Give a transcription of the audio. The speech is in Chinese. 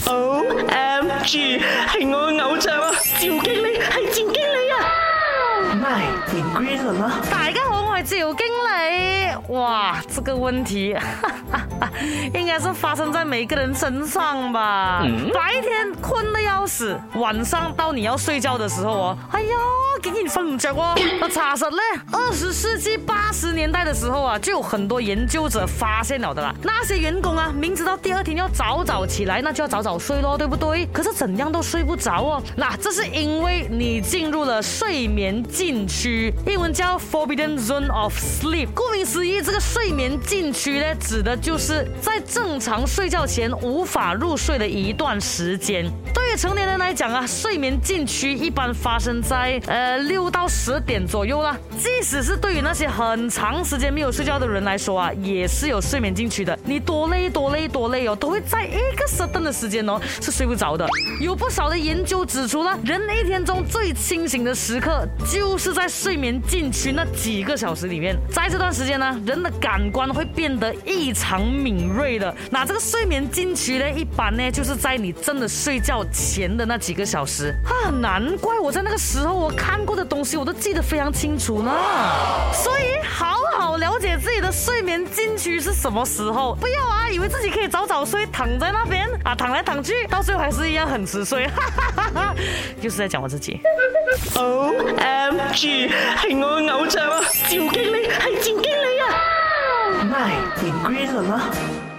OMG，係我嘅偶像啊！趙經理係趙經理啊！咪你 green 了嗎？ 大家好，我係趙經理。哇，這個問題應該是發生在每個人身上吧？白天困得要死，晚上到你要睡覺的時候哦，哎呀，竟然瞓唔着哦。查實呢，20世紀80年代的時候啊，就有很多研究者發現了的啦。那些員工啊，明知道第二天要早早起來，那就要早早睡咯，對不對？可是怎樣都睡不着哦。那這是因為你進入了睡眠禁區，英文叫 Forbidden Zone of Sleep。顧名思義，這個睡眠禁區呢，指的就是在正常睡覺前無法入睡的一段時間。對於成年人來講啊，睡眠禁區一般發生在6到10點左右啦。即使是對於那些很長時間沒有睡覺的人來說啊，也是有睡眠禁區的。你多累哦，都會在一個certain的時間哦是睡不着的。有不少的研究指出了，人一天中最清醒的時刻就是在睡眠禁區那幾個小時裡面。在這段時間呢，人的感官會變得異常敏銳的。那這個睡眠禁區呢，一般呢就是在你真的睡覺前的那幾個小時啊。難怪我在那個時候我看過的東西我都記得非常清楚呢。所以好好了解自己的睡眠禁區是什麼時候，不要啊以為自己可以早早睡，躺在那邊啊躺來躺去，到最後還是一樣很遲睡。就是在講我自己。 OMG，係我嘅偶像啊！趙經理係趙經理啊！咪你 green 了嗎？